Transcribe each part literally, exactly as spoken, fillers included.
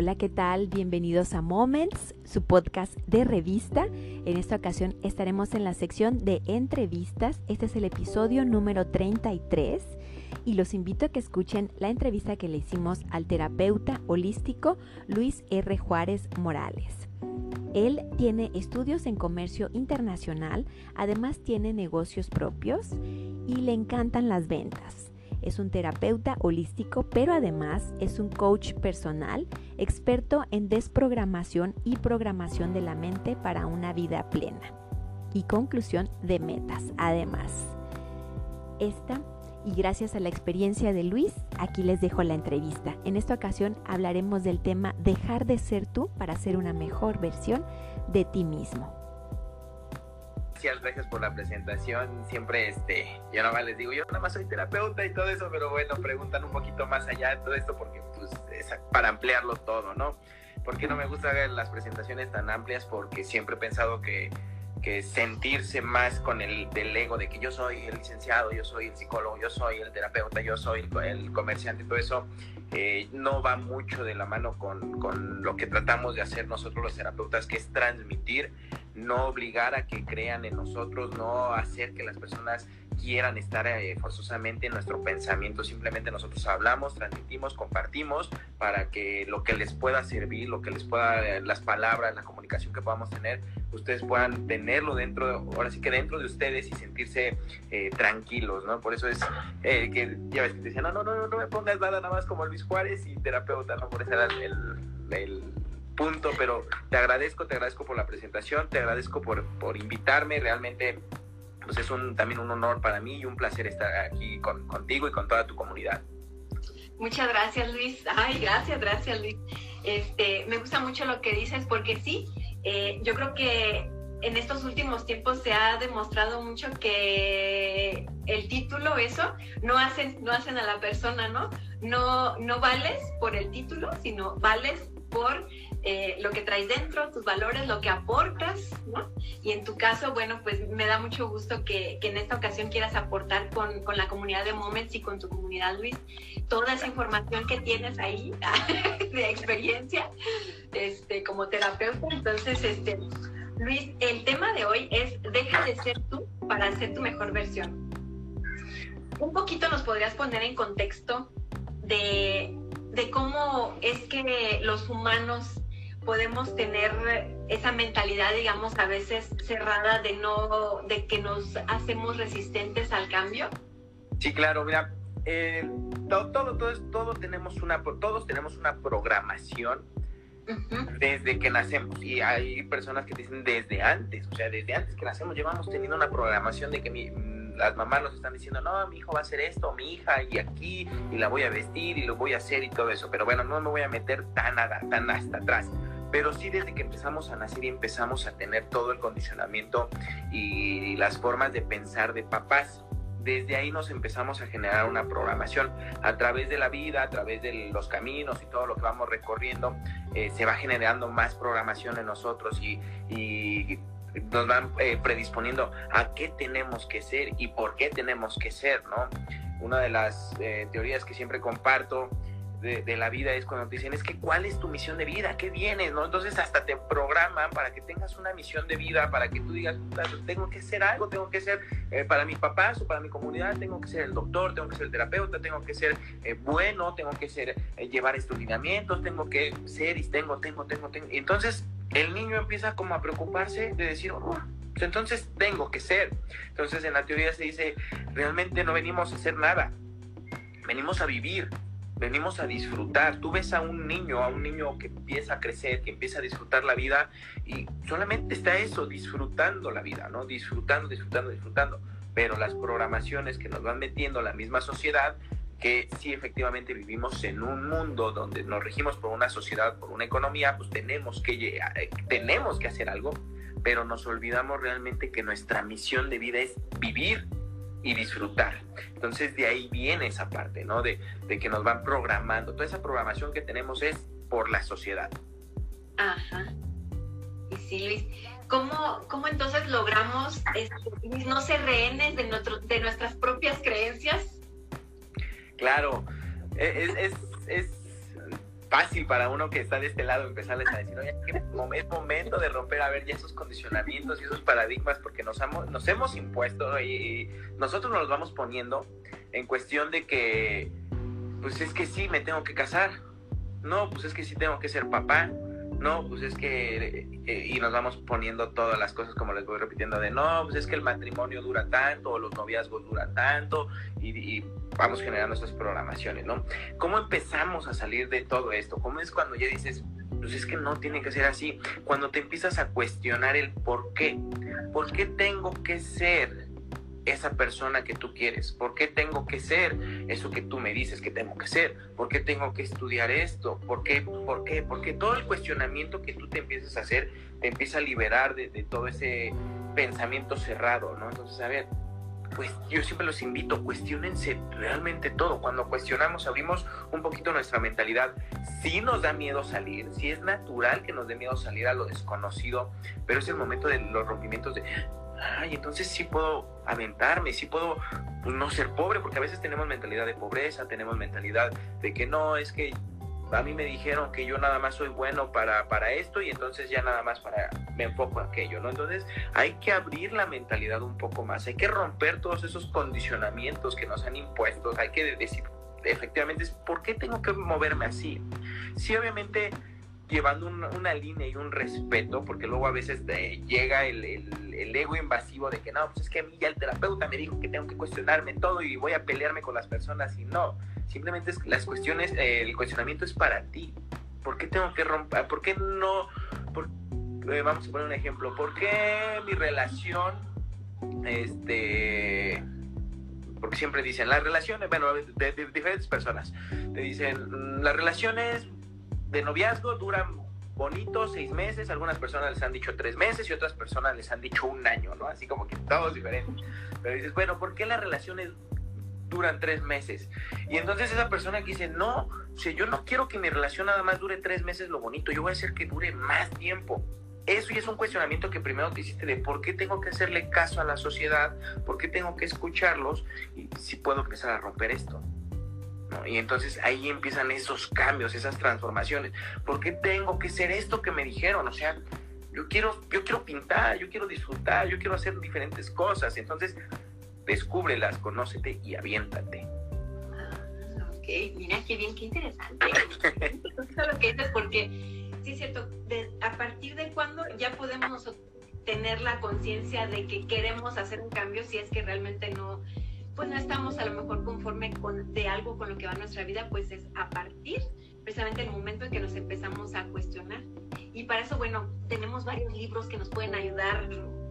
Hola, ¿qué tal? Bienvenidos a Moments, su podcast de revista. En esta ocasión estaremos en la sección de entrevistas. Este es el episodio número treinta y tres y los invito a que escuchen la entrevista que le hicimos al terapeuta holístico Luis R. Juárez Morales. Él tiene estudios en comercio internacional, además tiene negocios propios y le encantan las ventas. Es un terapeuta holístico, pero además es un coach personal, experto en desprogramación y programación de la mente para una vida plena. Y conclusión de metas, además. Esta, y gracias a la experiencia de Luis, aquí les dejo la entrevista. En esta ocasión hablaremos del tema dejar de ser tú para ser una mejor versión de ti mismo. Gracias por la presentación. Siempre este, yo nada más les digo, yo nada más soy terapeuta y todo eso, pero bueno, preguntan un poquito más allá de todo esto porque pues es para ampliarlo todo, ¿no? ¿Por qué no me gustan las presentaciones tan amplias? Porque siempre he pensado que, que sentirse más con el del ego de que yo soy el licenciado, yo soy el psicólogo, yo soy el terapeuta, yo soy el, el comerciante y todo eso, eh, no va mucho de la mano con, con lo que tratamos de hacer nosotros los terapeutas, que es transmitir, no obligar a que crean en nosotros, no hacer que las personas quieran estar eh, forzosamente en nuestro pensamiento. Simplemente nosotros hablamos, transmitimos, compartimos para que lo que les pueda servir, lo que les pueda, eh, las palabras, la comunicación que podamos tener, ustedes puedan tenerlo dentro, ahora sí que dentro de ustedes y sentirse eh, tranquilos, ¿no? Por eso es eh, que ya ves que te decían, no, no, no, no me pongas nada, nada más como Luis Juárez y terapeuta, ¿no? Por eso era el, el, el punto, pero te agradezco, te agradezco por la presentación, te agradezco por, por invitarme, realmente pues es un, también un honor para mí y un placer estar aquí con, contigo y con toda tu comunidad. Muchas gracias, Luis. Ay, gracias, gracias, Luis. Este, me gusta mucho lo que dices porque sí, eh, yo creo que en estos últimos tiempos se ha demostrado mucho que el título, eso, no hacen, no hacen a la persona, ¿no? No, no vales por el título, sino vales por eh, lo que traes dentro, tus valores, lo que aportas, ¿no? Y en tu caso, bueno, pues me da mucho gusto que, que en esta ocasión quieras aportar con, con la comunidad de Moments y con tu comunidad, Luis, toda esa información que tienes ahí de experiencia este, como terapeuta. Entonces, este, Luis, el tema de hoy es deja de ser tú para ser tu mejor versión. Un poquito nos podrías poner en contexto de... de cómo es que los humanos podemos tener esa mentalidad, digamos, a veces cerrada de no, de que nos hacemos resistentes al cambio. Sí, claro, mira, eh, todo, todo, todo, todo tenemos una, todos tenemos una programación uh-huh. desde que nacemos, y hay personas que dicen desde antes, o sea, desde antes que nacemos llevamos teniendo una programación de que mi las mamás nos están diciendo, no, mi hijo va a hacer esto, mi hija, y aquí, y la voy a vestir, y lo voy a hacer, y todo eso. Pero bueno, no me voy a meter tan, tan hasta atrás. Pero sí, desde que empezamos a nacer y empezamos a tener todo el condicionamiento y las formas de pensar de papás, desde ahí nos empezamos a generar una programación. A través de la vida, a través de los caminos y todo lo que vamos recorriendo, eh, se va generando más programación en nosotros y... y nos van eh, predisponiendo a qué tenemos que ser y por qué tenemos que ser, ¿no? Una de las eh, teorías que siempre comparto de, de la vida es cuando te dicen, es que ¿cuál es tu misión de vida? ¿Qué vienes? ¿No? Entonces hasta te programan para que tengas una misión de vida, para que tú digas, tengo que ser algo, tengo que ser eh, para mis papás o para mi comunidad, tengo que ser el doctor, tengo que ser el terapeuta, tengo que ser eh, bueno, tengo que ser eh, llevar estos lineamientos, tengo que ser y tengo, tengo, tengo, tengo. Y entonces el niño empieza como a preocuparse de decir, oh, pues entonces tengo que ser. Entonces en la teoría se dice, realmente no venimos a hacer nada, venimos a vivir, venimos a disfrutar. Tú ves a un niño, a un niño que empieza a crecer, que empieza a disfrutar la vida y solamente está eso, disfrutando la vida, ¿no? Disfrutando, disfrutando, disfrutando. Pero las programaciones que nos van metiendo la misma sociedad, que sí efectivamente vivimos en un mundo donde nos regimos por una sociedad, por una economía, pues tenemos que, llegar, tenemos que hacer algo, pero nos olvidamos realmente que nuestra misión de vida es vivir y disfrutar. Entonces de ahí viene esa parte, ¿no? De, de que nos van programando. Toda esa programación que tenemos es por la sociedad. Ajá. Y sí, Luis, ¿cómo, cómo entonces logramos este, no ser rehenes de, nuestro, de nuestras propias creencias? Claro, es, es, es fácil para uno que está de este lado empezarles a decir, oye, es momento de romper, a ver, ya esos condicionamientos y esos paradigmas, porque nos, hemos, nos hemos impuesto y, y nosotros nos los vamos poniendo en cuestión de que, pues es que sí, me tengo que casar, no, pues es que sí tengo que ser papá, no, pues es que, eh, y nos vamos poniendo todas las cosas como les voy repitiendo de, no, pues es que el matrimonio dura tanto, o los noviazgos duran tanto, y, y vamos generando estas programaciones, ¿no? ¿Cómo empezamos a salir de todo esto? ¿Cómo es cuando ya dices, pues es que no tiene que ser así? Cuando te empiezas a cuestionar el por qué, ¿por qué tengo que ser esa persona que tú quieres? ¿Por qué tengo que ser eso que tú me dices que tengo que ser? ¿Por qué tengo que estudiar esto? ¿Por qué? ¿Por qué? Porque todo el cuestionamiento que tú te empiezas a hacer te empieza a liberar de, de todo ese pensamiento cerrado, ¿no? Entonces, a ver, pues yo siempre los invito, cuestiónense realmente todo. Cuando cuestionamos, abrimos un poquito nuestra mentalidad. Sí nos da miedo salir, sí es natural que nos dé miedo salir a lo desconocido, pero es el momento de los rompimientos de... ay, entonces sí puedo aventarme, sí puedo, pues, no ser pobre, porque a veces tenemos mentalidad de pobreza, tenemos mentalidad de que no, es que a mí me dijeron que yo nada más soy bueno para, para esto y entonces ya nada más para, me enfoco en aquello, ¿no? Entonces hay que abrir la mentalidad un poco más, hay que romper todos esos condicionamientos que nos han impuesto, hay que decir, efectivamente, ¿por qué tengo que moverme así? Sí, obviamente, llevando un, una línea y un respeto, porque luego a veces eh, llega el, el, el ego invasivo de que no, pues es que a mí ya el terapeuta me dijo que tengo que cuestionarme todo y voy a pelearme con las personas, y no, simplemente es, las cuestiones, eh, el cuestionamiento es para ti. ¿Por qué tengo que romper? ¿Por qué no? Por, eh, vamos a poner un ejemplo, ¿por qué mi relación, este... porque siempre dicen, las relaciones, bueno, de, de, de diferentes personas, te dicen, las relaciones de noviazgo duran bonito seis meses, algunas personas les han dicho tres meses y otras personas les han dicho un año, ¿no? Así como que todos diferentes. Pero dices, bueno, ¿por qué las relaciones duran tres meses? Y entonces esa persona que dice, no, si yo no quiero que mi relación nada más dure tres meses lo bonito, yo voy a hacer que dure más tiempo. Eso ya es un cuestionamiento que primero te hiciste de por qué tengo que hacerle caso a la sociedad, por qué tengo que escucharlos y si puedo empezar a romper esto, ¿no? Y entonces ahí empiezan esos cambios, esas transformaciones. ¿Por qué tengo que ser esto que me dijeron? O sea, yo quiero, yo quiero pintar, yo quiero disfrutar, yo quiero hacer diferentes cosas. Entonces, descúbrelas, conócete y aviéntate. Ah, ok, mira qué bien, qué interesante. Lo que dices, porque sí es cierto, de, a partir de cuándo ya podemos nosotros tener la conciencia de que queremos hacer un cambio si es que realmente no, pues no estamos a lo mejor conforme con, de algo con lo que va nuestra vida, pues es a partir precisamente el momento en que nos empezamos a cuestionar. Y para eso, bueno, tenemos varios libros que nos pueden ayudar,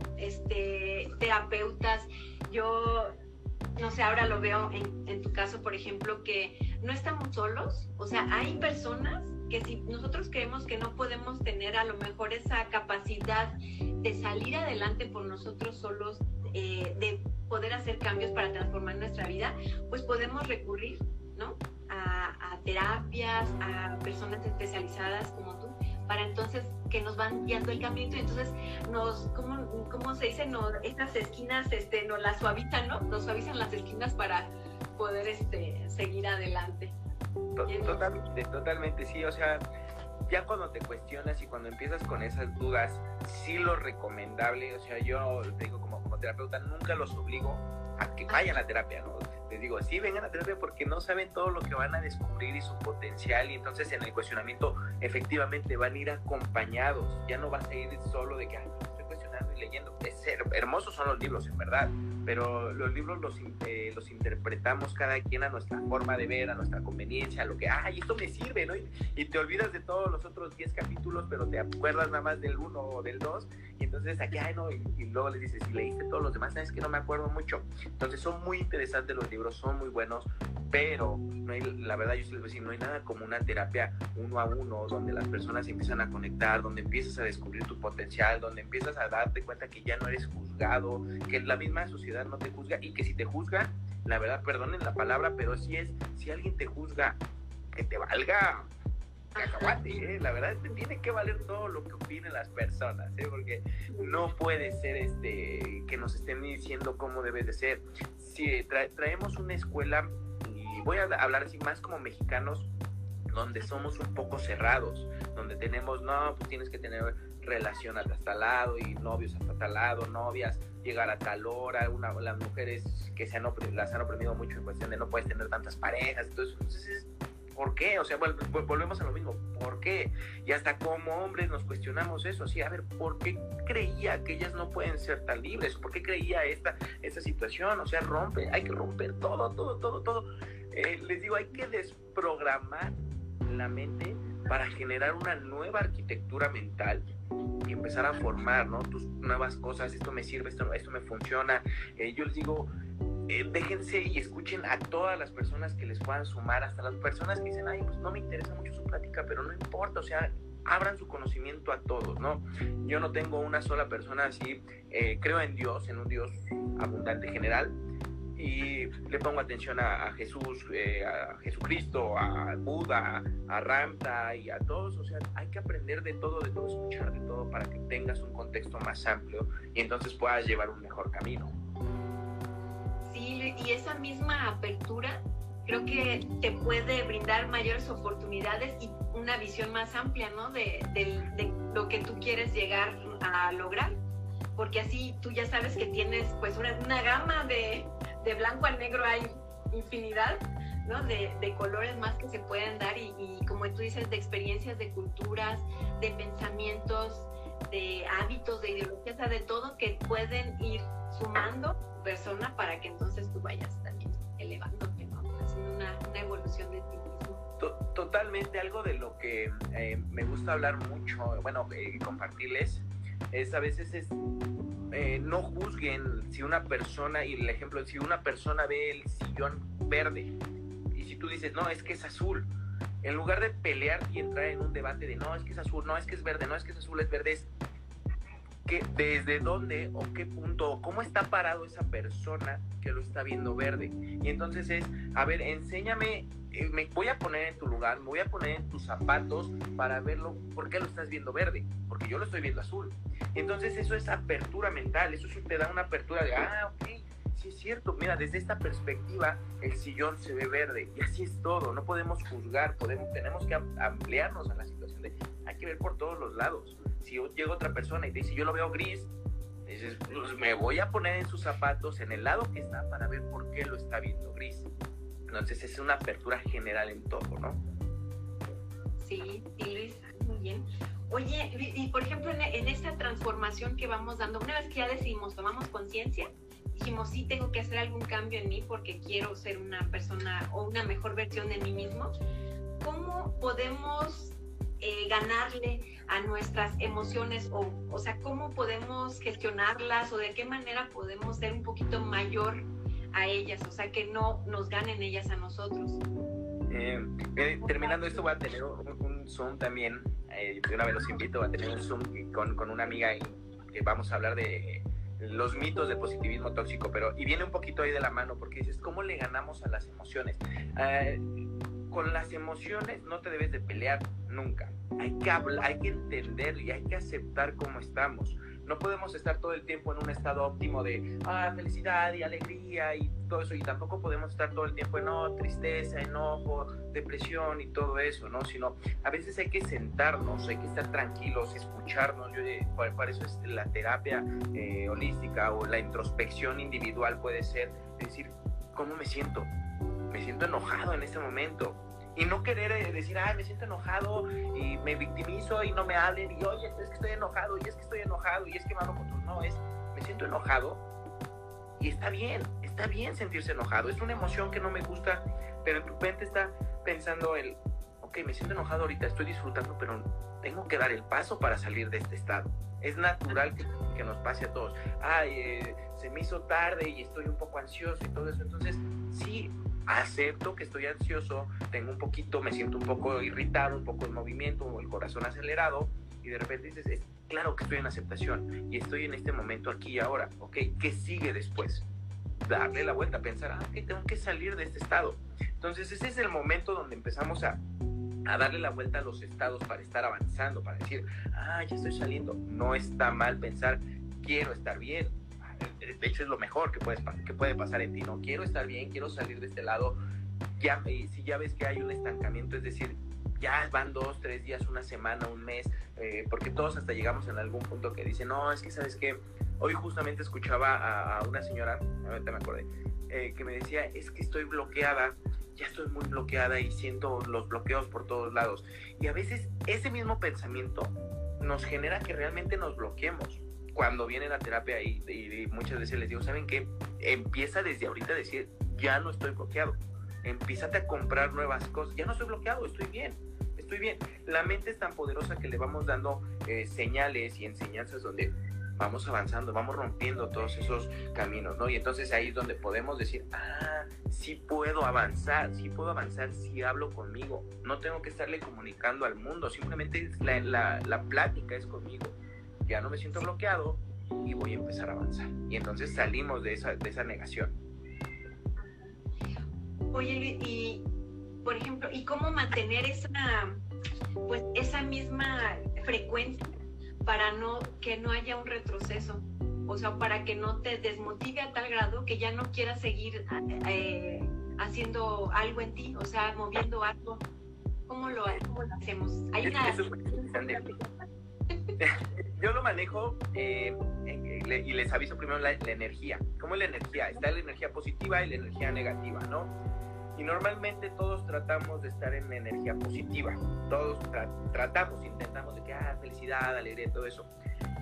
este, terapeutas. Yo, no sé, ahora lo veo en, en tu caso, por ejemplo, que no estamos solos. O sea, hay personas que si nosotros creemos que no podemos tener a lo mejor esa capacidad de salir adelante por nosotros solos, eh, de poder hacer cambios para transformar nuestra vida, pues podemos recurrir, ¿no? A, a terapias, a personas especializadas como tú, para entonces que nos van guiando el caminito y entonces nos, ¿cómo, cómo se dice? Nos, estas esquinas este, nos las suavizan, ¿no? Nos suavizan las esquinas para poder este, seguir adelante. Totalmente, totalmente, sí, o sea, ya cuando te cuestionas y cuando empiezas con esas dudas, sí lo recomendable, o sea, yo te digo como, como terapeuta, nunca los obligo a que vayan a terapia, ¿no? Les digo, sí, vengan a terapia porque no saben todo lo que van a descubrir y su potencial, y entonces en el cuestionamiento efectivamente van a ir acompañados, ya no vas a ir solo de que, ay, estoy cuestionando y leyendo. Es hermosos son los libros, en verdad, pero los libros los, eh, los interpretamos cada quien a nuestra forma de ver, a nuestra conveniencia, a lo que, ay, esto me sirve, ¿no? Y, y te olvidas de todos los otros diez capítulos, pero te acuerdas nada más del uno o del dos, y entonces aquí, ay, no, y, y luego les dices, si leíste todos los demás, sabes que no me acuerdo mucho. Entonces son muy interesantes los libros, son muy buenos, pero no hay, la verdad yo sí les voy a decir, no hay nada como una terapia uno a uno, donde las personas empiezan a conectar, donde empiezas a descubrir tu potencial, donde empiezas a darte cuenta que ya no eres juzgado, que la misma sociedad no te juzga, y que si te juzga, la verdad, perdonen la palabra, pero si es, si alguien te juzga, que te valga cacahuate, ¿eh? La verdad te tiene que valer todo lo que opinen las personas, ¿eh? Porque no puede ser este que nos estén diciendo cómo debe de ser. Si tra- traemos una escuela, y voy a hablar así más como mexicanos, donde somos un poco cerrados, donde tenemos, no, pues tienes que tener relación hasta tal lado y novios hasta tal lado, novias, llegar a tal hora, una, las mujeres que se han, las han oprimido mucho en cuestión de no puedes tener tantas parejas, entonces, entonces ¿por qué? O sea, vol volvemos a lo mismo, ¿por qué? Y hasta como hombres nos cuestionamos eso, sí, a ver, ¿por qué creía que ellas no pueden ser tan libres? ¿Por qué creía esta, esta situación? O sea, rompe, hay que romper todo, todo, todo, todo. Eh, les digo, hay que desprogramar la mente para generar una nueva arquitectura mental y empezar a formar, ¿no? Tus nuevas cosas, esto me sirve, esto, esto me funciona. Eh, yo les digo, eh, déjense y escuchen a todas las personas que les puedan sumar, hasta las personas que dicen, ay, pues no me interesa mucho su plática, pero no importa, o sea, abran su conocimiento a todos, ¿no? Yo no tengo una sola persona así, eh, creo en Dios, en un Dios abundante general, y le pongo atención a, a Jesús, eh, a Jesucristo, a Buda, a Ramta y a todos. O sea, hay que aprender de todo, de todo, escuchar de todo para que tengas un contexto más amplio y entonces puedas llevar un mejor camino. Sí, y esa misma apertura creo que te puede brindar mayores oportunidades y una visión más amplia, ¿no? De, de, de lo que tú quieres llegar a lograr, porque así tú ya sabes que tienes pues una, una gama de de blanco al negro, hay infinidad, ¿no? de, de colores más que se pueden dar y, y como tú dices, de experiencias, de culturas, de pensamientos, de hábitos, de ideologías, o sea, de todo que pueden ir sumando persona para que entonces tú vayas también elevándote, ¿no? Haciendo una, una evolución de ti mismo. Totalmente, algo de lo que eh, me gusta hablar mucho, bueno, eh, compartirles, es a veces es Eh, no juzguen si una persona, y el ejemplo, si una persona ve el sillón verde y si tú dices, no, es que es azul, en lugar de pelear y entrar en un debate de no, es que es azul, no, es que es verde, no, es que es azul, es verde, es que desde dónde o qué punto o cómo está parado esa persona que lo está viendo verde. Y entonces es, a ver, enséñame, eh, me voy a poner en tu lugar, me voy a poner en tus zapatos para verlo, ¿por qué lo estás viendo verde? Porque yo lo estoy viendo azul. Entonces eso es apertura mental, eso te da una apertura de, ah, ok, sí es cierto, mira, desde esta perspectiva el sillón se ve verde y así es todo, no podemos juzgar, podemos, tenemos que ampliarnos a la situación de, hay que ver por todos los lados. Si llega otra persona y te dice, yo lo veo gris, dices, pues me voy a poner en sus zapatos, en el lado que está, para ver por qué lo está viendo gris. Entonces es una apertura general en todo, ¿no? Sí, sí, Luis, muy bien. Oye, y por ejemplo, en, en esta transformación que vamos dando, una vez que ya decidimos, tomamos conciencia, dijimos, sí, tengo que hacer algún cambio en mí porque quiero ser una persona o una mejor versión de mí mismo, ¿cómo podemos eh, ganarle a nuestras emociones? O, o sea, ¿cómo podemos gestionarlas o de qué manera podemos ser un poquito mayor a ellas? O sea, que no nos ganen ellas a nosotros. Eh, eh, terminando esto voy a tener un, un Zoom también, eh, de una vez los invito a tener un Zoom con, con una amiga y que vamos a hablar de los mitos del positivismo tóxico, pero y viene un poquito ahí de la mano porque dices, ¿cómo le ganamos a las emociones? Eh, con las emociones no te debes de pelear nunca, hay que hablar, hay que entender y hay que aceptar cómo estamos. No podemos estar todo el tiempo en un estado óptimo de ah, felicidad y alegría y todo eso, y tampoco podemos estar todo el tiempo en oh, tristeza, enojo, depresión y todo eso, ¿no? Sino a veces hay que sentarnos, hay que estar tranquilos, escucharnos. Yo, eh, para, para eso es la terapia eh, holística o la introspección individual, puede ser decir, ¿cómo me siento? Me siento enojado en este momento. Y no querer decir, ay, me siento enojado y me victimizo y no me hablen y oye, es que estoy enojado y es que estoy enojado y es que me hablo con otros. No, es, me siento enojado y está bien, está bien sentirse enojado. Es una emoción que no me gusta, pero en tu mente está pensando el, ok, me siento enojado ahorita, estoy disfrutando, pero tengo que dar el paso para salir de este estado. Es natural que, que nos pase a todos. Ay, eh, se me hizo tarde y estoy un poco ansioso y todo eso. Entonces, sí, acepto que estoy ansioso, tengo un poquito, me siento un poco irritado, un poco en movimiento, el corazón acelerado, y de repente dices, es claro que estoy en aceptación y estoy en este momento aquí y ahora, ¿ok? ¿Qué sigue después? Darle la vuelta, pensar, ah, ok, tengo que salir de este estado. Entonces ese es el momento donde empezamos a, a darle la vuelta a los estados para estar avanzando, para decir, ah, ya estoy saliendo. No está mal pensar, quiero estar bien. De hecho es lo mejor que, puedes, que puede pasar en ti, ¿no? Quiero estar bien, quiero salir de este lado. Ya, y si ya ves que hay un estancamiento, es decir, ya van dos, tres días, una semana, un mes, eh, porque todos hasta llegamos en algún punto que dicen, no, es que sabes qué, hoy justamente escuchaba a, a una señora, ahorita me acordé, eh, que me decía, es que estoy bloqueada, ya estoy muy bloqueada y siento los bloqueos por todos lados. Y a veces ese mismo pensamiento nos genera que realmente nos bloqueemos. Cuando viene la terapia y, y, y muchas veces les digo, ¿saben qué? Empieza desde ahorita a decir, ya no estoy bloqueado. Empiézate a comprar nuevas cosas. Ya no estoy bloqueado, estoy bien, estoy bien. La mente es tan poderosa que le vamos dando eh, señales y enseñanzas donde vamos avanzando, vamos rompiendo todos esos caminos, ¿no? Y entonces ahí es donde podemos decir, ah, sí puedo avanzar, sí puedo avanzar si hablo conmigo. No tengo que estarle comunicando al mundo, simplemente la, la, la plática es conmigo. Ya no me siento bloqueado y voy a empezar a avanzar. Y entonces salimos de esa, de esa negación. Oye, y por ejemplo, ¿y cómo mantener esa, pues, esa misma frecuencia para no que no haya un retroceso? O sea, para que no te desmotive a tal grado que ya no quieras seguir eh, haciendo algo en ti, o sea, moviendo algo. ¿Cómo lo, cómo lo hacemos? Hay una... Eso es muy interesante. Yo lo manejo eh, y les aviso primero la, la energía. ¿Cómo es la energía? Está la energía positiva y la energía negativa, ¿no? Y normalmente todos tratamos de estar en energía positiva. Todos tra tratamos, intentamos de que, ah, felicidad, alegría, todo eso.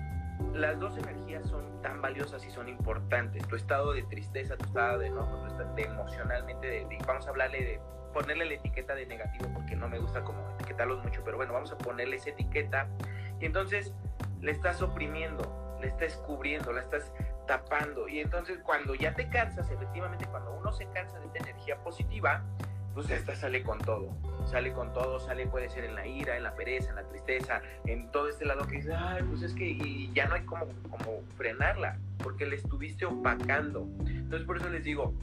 Las dos energías son tan valiosas y son importantes. Tu estado de tristeza, tu estado de enojo, tu estado de emocionalmente, de, de, vamos a hablarle de, ponerle la etiqueta de negativo porque no me gusta como etiquetarlos mucho, pero bueno, vamos a ponerle esa etiqueta y entonces le estás oprimiendo, le estás cubriendo, la estás tapando y entonces cuando ya te cansas, efectivamente cuando uno se cansa de esta energía positiva, pues esta sale con todo, sale con todo, sale puede ser en la ira, en la pereza, en la tristeza, en todo este lado que dices, ay, pues es que y ya no hay como, como frenarla, porque le estuviste opacando. Entonces por eso les digo,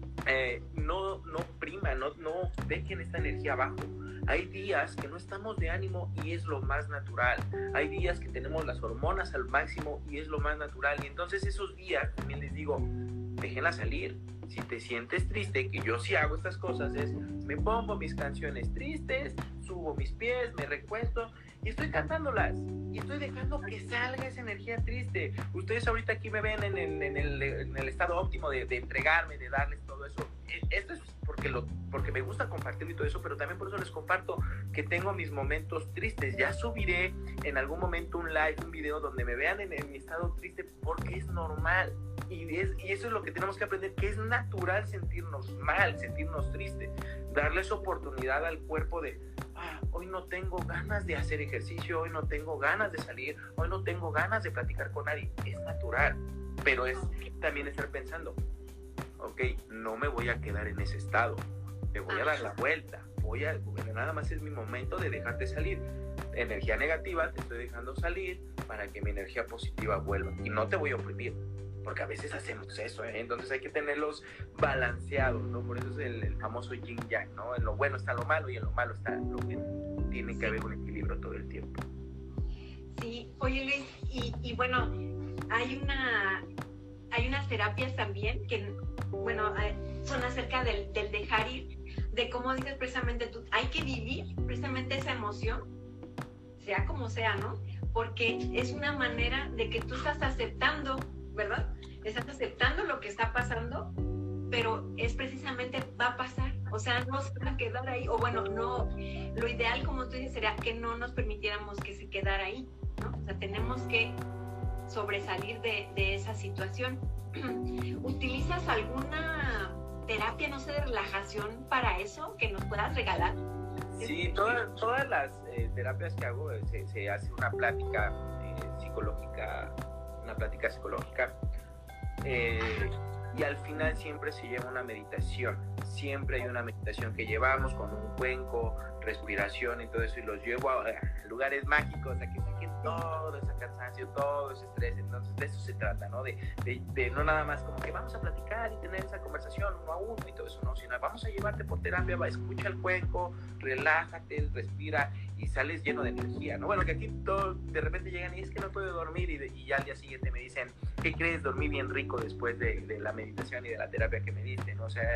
eh, no, no prima, no, no dejen esta energía abajo. Hay días que no estamos de ánimo y es lo más natural. Hay días que tenemos las hormonas al máximo y es lo más natural. Y entonces esos días, también les digo, déjenla salir. Si te sientes triste, que yo sí hago estas cosas, es me pongo mis canciones tristes, subo mis pies, me recuesto y estoy cantándolas. Y estoy dejando que salga esa energía triste. Ustedes ahorita aquí me ven en, en, en, el, en el estado óptimo de, de entregarme, de darles todo eso. Esto es porque, lo, porque me gusta compartir y todo eso, pero también por eso les comparto que tengo mis momentos tristes. Ya subiré en algún momento un live, un video donde me vean en, en mi estado triste porque es normal. Y, es, y eso es lo que tenemos que aprender, que es natural sentirnos mal, sentirnos tristes. Darles oportunidad al cuerpo de, ah, hoy no tengo ganas de hacer ejercicio, hoy no tengo ganas de salir, hoy no tengo ganas de platicar con nadie. Es natural, pero es también estar pensando, ok, no me voy a quedar en ese estado, me voy a dar la vuelta, voy a, nada más es mi momento de dejarte salir. Energía negativa te estoy dejando salir para que mi energía positiva vuelva y no te voy a oprimir, porque a veces hacemos eso, ¿eh? Entonces hay que tenerlos balanceados, ¿no? Por eso es el, el famoso yin yang, ¿no? En lo bueno está lo malo y en lo malo está lo bueno. Tiene que haber un equilibrio todo el tiempo. Sí, oye Luis, y, y bueno, hay una hay unas terapias también que, bueno, son acerca del, del dejar ir, de cómo dices precisamente tú, hay que vivir precisamente esa emoción, sea como sea, ¿no? Porque es una manera de que tú estás aceptando, ¿verdad? Estás aceptando lo que está pasando, pero es precisamente va a pasar, o sea, no se va a quedar ahí, o bueno, no, lo ideal, como tú dices, sería que no nos permitiéramos que se quedara ahí, ¿no? O sea, tenemos que sobresalir de, de esa situación. ¿Utilizas alguna terapia, no sé, de relajación para eso que nos puedas regalar? Sí, todas, todas las eh, terapias que hago eh, se, se hace una plática eh, psicológica, una plática psicológica eh, y al final siempre se lleva una meditación, siempre hay una meditación que llevamos con un cuenco, respiración y todo eso, y los llevo a, a lugares mágicos, a que saquen todo ese cansancio, todo ese estrés. Entonces de eso se trata, ¿no? De, de, de no nada más como que vamos a platicar y tener esa conversación uno a uno y todo eso, no, sino vamos a llevarte por terapia, va, escucha el cuenco, relájate, respira y sales lleno de energía, ¿no? Bueno, que aquí todo, de repente llegan y es que no puedo dormir y, de, y ya al día siguiente me dicen, ¿qué crees? Dormí bien rico después de, de la meditación y de la terapia que me diste, ¿no? O sea,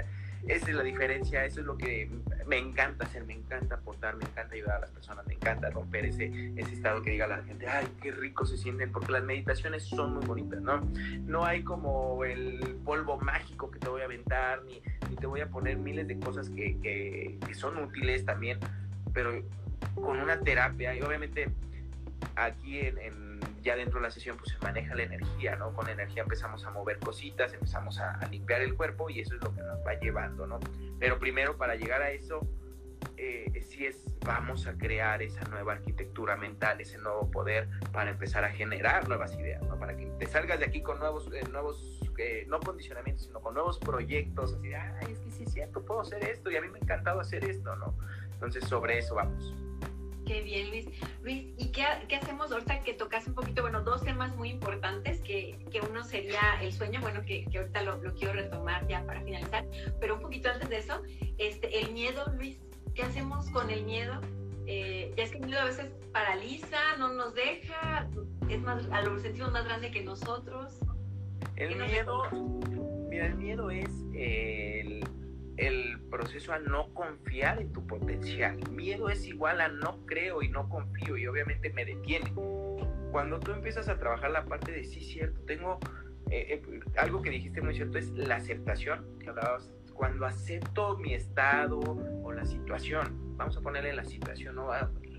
esa es la diferencia, eso es lo que me encanta hacer, me encanta aportar, me encanta ayudar a las personas, me encanta romper ese, ese estado que diga la gente, ay, qué rico se sienten, porque las meditaciones son muy bonitas, ¿no? No hay como el polvo mágico que te voy a aventar, ni, ni te voy a poner miles de cosas que, que, que son útiles también, pero con una terapia, y obviamente aquí en, en, ya dentro de la sesión pues se maneja la energía, ¿no? Con la energía empezamos a mover cositas, empezamos a, a limpiar el cuerpo y eso es lo que nos va llevando, ¿no? Pero primero para llegar a eso, eh, sí es, vamos a crear esa nueva arquitectura mental, ese nuevo poder para empezar a generar nuevas ideas, ¿no? Para que te salgas de aquí con nuevos, eh, nuevos eh, no condicionamientos, sino con nuevos proyectos, así de, ay, es que sí es cierto, puedo hacer esto y a mí me ha encantado hacer esto, ¿no? Entonces sobre eso vamos. Qué bien, Luis. Luis, ¿y qué, qué hacemos ahorita que tocas un poquito? Bueno, dos temas muy importantes, que, que uno sería el sueño, bueno, que, que ahorita lo, lo quiero retomar ya para finalizar, pero un poquito antes de eso, este, el miedo, Luis, ¿qué hacemos con el miedo? Eh, ya es que el miedo a veces paraliza, no nos deja, es más, a lo sentimos más grande que nosotros. El miedo, mira, el miedo es el... el proceso a no confiar en tu potencial. Miedo es igual a no creo y no confío y obviamente me detiene. Cuando tú empiezas a trabajar la parte de sí, cierto, tengo eh, eh, algo que dijiste muy cierto, es la aceptación que hablabas. Cuando acepto mi estado o la situación, vamos a ponerle la situación, ¿no?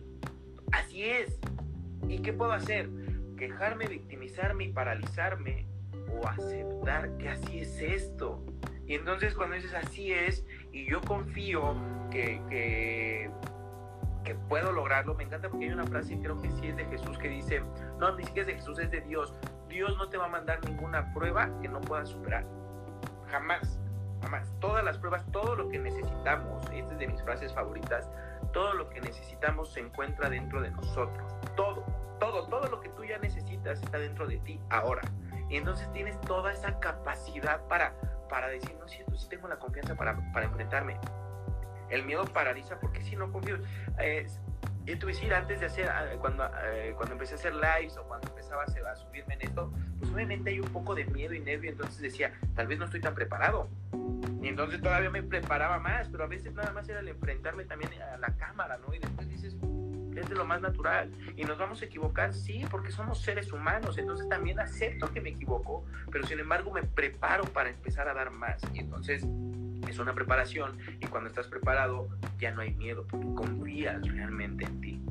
Así es. ¿Y qué puedo hacer? Quejarme, victimizarme y paralizarme, o aceptar que así es esto. Y entonces cuando dices así es, y yo confío que, que, que puedo lograrlo, me encanta porque hay una frase, creo que sí es de Jesús, que dice, no, ni siquiera es de Jesús, es de Dios. Dios no te va a mandar ninguna prueba que no puedas superar. Jamás, jamás. Todas las pruebas, todo lo que necesitamos, esta es de mis frases favoritas, todo lo que necesitamos se encuentra dentro de nosotros. Todo, todo, todo lo que tú ya necesitas está dentro de ti ahora. Y entonces tienes toda esa capacidad para... para decir, no es cierto, sí tengo la confianza para, para enfrentarme. El miedo paraliza porque sí, no confío. Eh, yo te voy a decir, antes de hacer, cuando, eh, cuando empecé a hacer lives o cuando empezaba a, hacer, a subirme en esto, pues obviamente hay un poco de miedo y nervio, entonces decía, tal vez no estoy tan preparado. Y entonces todavía me preparaba más, pero a veces nada más era el enfrentarme también a la cámara, ¿no? Y después dices, es de lo más natural y nos vamos a equivocar, sí, porque somos seres humanos, entonces también acepto que me equivoco, pero sin embargo me preparo para empezar a dar más y entonces es una preparación y cuando estás preparado ya no hay miedo porque confías realmente en ti.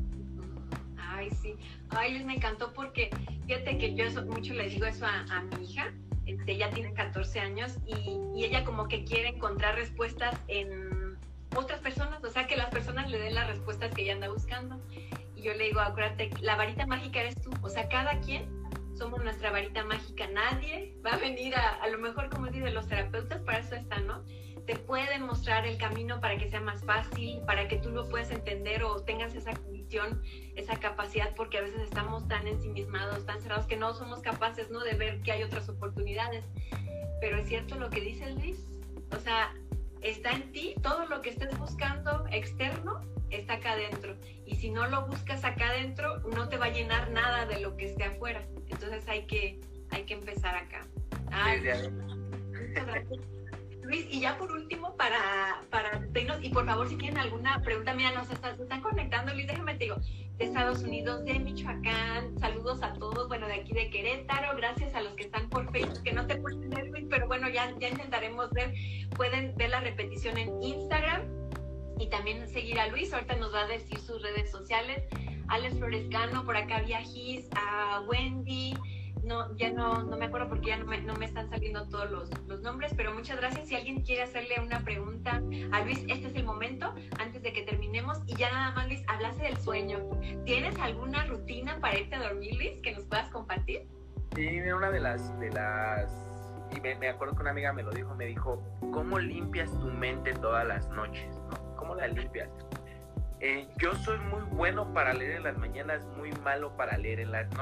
Ay, sí, ay, Luis, me encantó porque fíjate que yo eso, mucho le digo eso a, a mi hija, este, ella tiene catorce años y, y ella como que quiere encontrar respuestas en otras personas, o sea, que las personas le den las respuestas que ella anda buscando. Y yo le digo, acuérdate, la varita mágica eres tú, o sea, cada quien somos nuestra varita mágica, nadie va a venir a, a lo mejor, como dicen los terapeutas, para eso están, ¿no? Te pueden mostrar el camino para que sea más fácil, para que tú lo puedas entender o tengas esa visión, esa capacidad, porque a veces estamos tan ensimismados, tan cerrados, que no somos capaces, ¿no?, de ver que hay otras oportunidades. Pero es cierto lo que dice Luis, o sea, está en ti, todo lo que estés buscando externo está acá adentro, y si no lo buscas acá adentro no te va a llenar nada de lo que esté afuera, entonces hay que, hay que empezar acá. Ay, muchas gracias, Luis. Y ya por último, para, para despedirnos, y por favor si tienen alguna pregunta, mira, nos están, se están conectando, Luis, déjame te digo, de Estados Unidos, de Michoacán, saludos a todos, bueno, de aquí de Querétaro, gracias a los que están por Facebook, que no te pueden ver, Luis, pero bueno, ya, ya intentaremos ver, pueden ver la repetición en Instagram, y también seguir a Luis, ahorita nos va a decir sus redes sociales, Alex Florescano, por acá Viajis, a Wendy, no, ya no, no me acuerdo porque ya no me, no me están saliendo todos los, los nombres, pero muchas gracias. Si alguien quiere hacerle una pregunta a Luis, este es el momento, antes de que terminemos. Y ya nada más, Luis, hablaste del sueño. ¿Tienes alguna rutina para irte a dormir, Luis, que nos puedas compartir? Sí, una de las, de las, y me, me acuerdo que una amiga me lo dijo, me dijo, ¿cómo limpias tu mente todas las noches, ¿no? ¿Cómo la limpias? Eh, yo soy muy bueno para leer en las mañanas, muy malo para leer en las noches.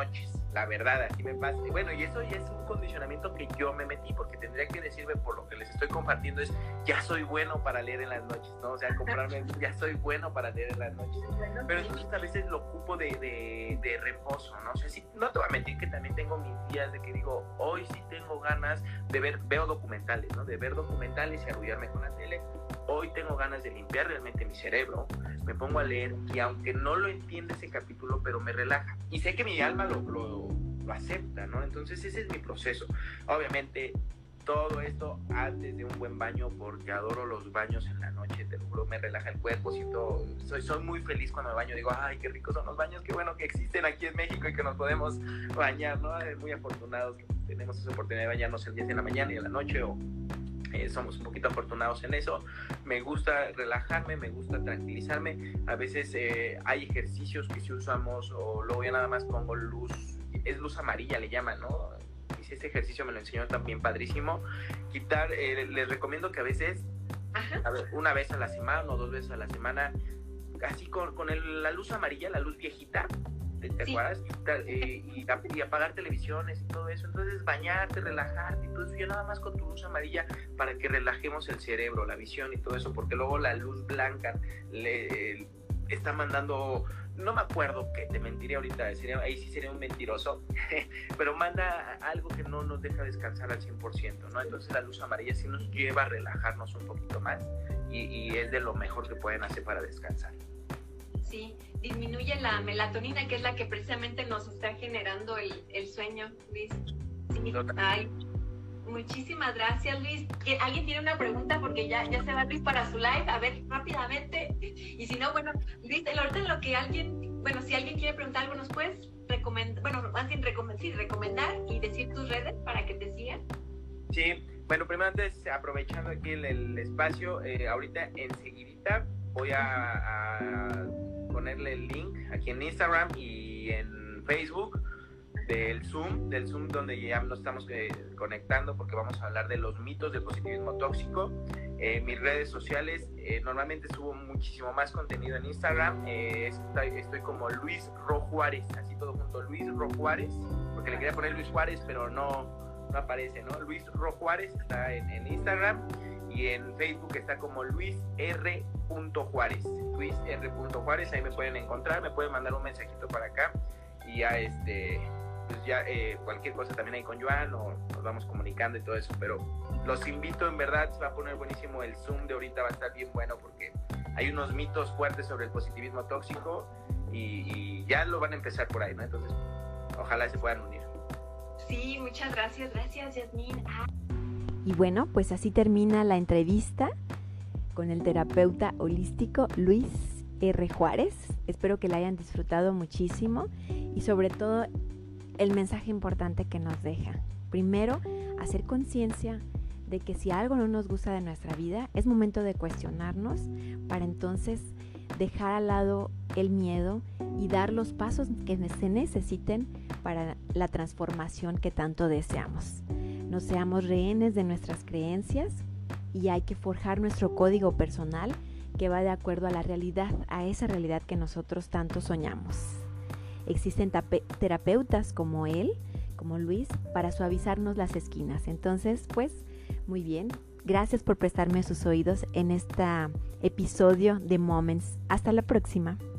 La verdad, así me pasa. Bueno, y eso ya es un condicionamiento que yo me metí, porque tendría que decirme, por lo que les estoy compartiendo, es ya soy bueno para leer en las noches, ¿no? O sea, comprarme, ya soy bueno para leer en las noches. Pero entonces a veces lo ocupo de, de, de reposo, ¿no? O sea, sí, no te voy a mentir que también tengo mis días de que digo, hoy sí tengo ganas de ver, veo documentales, ¿no? De ver documentales y arrullarme con la tele. Hoy tengo ganas de limpiar realmente mi cerebro, me pongo a leer y aunque no lo entiende ese capítulo, pero me relaja. Y sé que mi alma lo, lo, lo acepta, ¿no? Entonces ese es mi proceso. Obviamente todo esto antes de un buen baño, porque adoro los baños en la noche, te lo juro, me relaja el cuerpo, siento, soy, soy muy feliz cuando me baño, digo, ay, qué ricos son los baños, qué bueno que existen aquí en México y que nos podemos bañar, ¿no? Muy afortunados que tenemos esa oportunidad de bañarnos el día de la mañana y en la noche, o Eh, somos un poquito afortunados en eso. Me gusta relajarme, me gusta tranquilizarme. A veces eh, hay ejercicios que si usamos, o luego ya nada más pongo luz, es luz amarilla le llaman, ¿no? Y si este ejercicio me lo enseñó también padrísimo. Quitar, eh, les recomiendo que a veces, a ver, una vez a la semana o dos veces a la semana, así con, con el, la luz amarilla, la luz viejita, ¿te, te sí. acuerdas? Eh, y, y apagar televisiones y todo eso. Entonces bañarte, relajarte y todo eso, ya nada más con tu luz amarilla, para que relajemos el cerebro, la visión y todo eso, porque luego la luz blanca le, eh, está mandando, no me acuerdo qué, te mentiré ahorita, sería, ahí sí sería un mentiroso, pero manda algo que no nos deja descansar al cien por ciento, ¿no? Entonces la luz amarilla sí nos lleva a relajarnos un poquito más y, y es de lo mejor que pueden hacer para descansar. Sí, disminuye la melatonina, que es la que precisamente nos está generando el, el sueño, Luis. Sí. Ay, muchísimas gracias, Luis. ¿Alguien tiene una pregunta? Porque ya, ya se va Luis para su live. A ver, rápidamente. Y si no, bueno, Luis, ahorita en lo que alguien, bueno, si alguien quiere preguntar algo, ¿nos puedes recomendar, bueno, más bien recomend, sí, recomendar y decir tus redes para que te sigan? Sí, bueno, primero antes, aprovechando aquí el, el espacio, eh, ahorita enseguidita voy a, a ponerle el link aquí en Instagram y en Facebook del Zoom, del Zoom donde ya nos estamos eh, conectando, porque vamos a hablar de los mitos del positivismo tóxico. Eh, mis redes sociales, eh, normalmente subo muchísimo más contenido en Instagram, eh, estoy, estoy como Luis Ro Juárez, así todo junto, Luis Ro Juárez, porque le quería poner Luis Juárez, pero no, no aparece, ¿no? Luis Ro Juárez está en, en Instagram, y en Facebook está como Luis R. Juárez, Luis R. Juárez, ahí me pueden encontrar, me pueden mandar un mensajito para acá y ya este, pues ya eh, cualquier cosa también ahí con Joan, o nos vamos comunicando y todo eso, pero los invito, en verdad, se va a poner buenísimo el Zoom de ahorita, va a estar bien bueno porque hay unos mitos fuertes sobre el positivismo tóxico y, y ya lo van a empezar por ahí, ¿no? Entonces, ojalá se puedan unir. Sí, muchas gracias, gracias, Yasmín. Ah. Y bueno, pues así termina la entrevista con el terapeuta holístico Luis R. Juárez. Espero que la hayan disfrutado muchísimo y sobre todo el mensaje importante que nos deja. Primero, hacer conciencia de que si algo no nos gusta de nuestra vida, es momento de cuestionarnos para entonces dejar al lado el miedo y dar los pasos que se necesiten para la transformación que tanto deseamos. No seamos rehenes de nuestras creencias y hay que forjar nuestro código personal que va de acuerdo a la realidad, a esa realidad que nosotros tanto soñamos. Existen tape- terapeutas como él, como Luis, para suavizarnos las esquinas. Entonces, pues, muy bien. Gracias por prestarme sus oídos en este episodio de Moments. Hasta la próxima.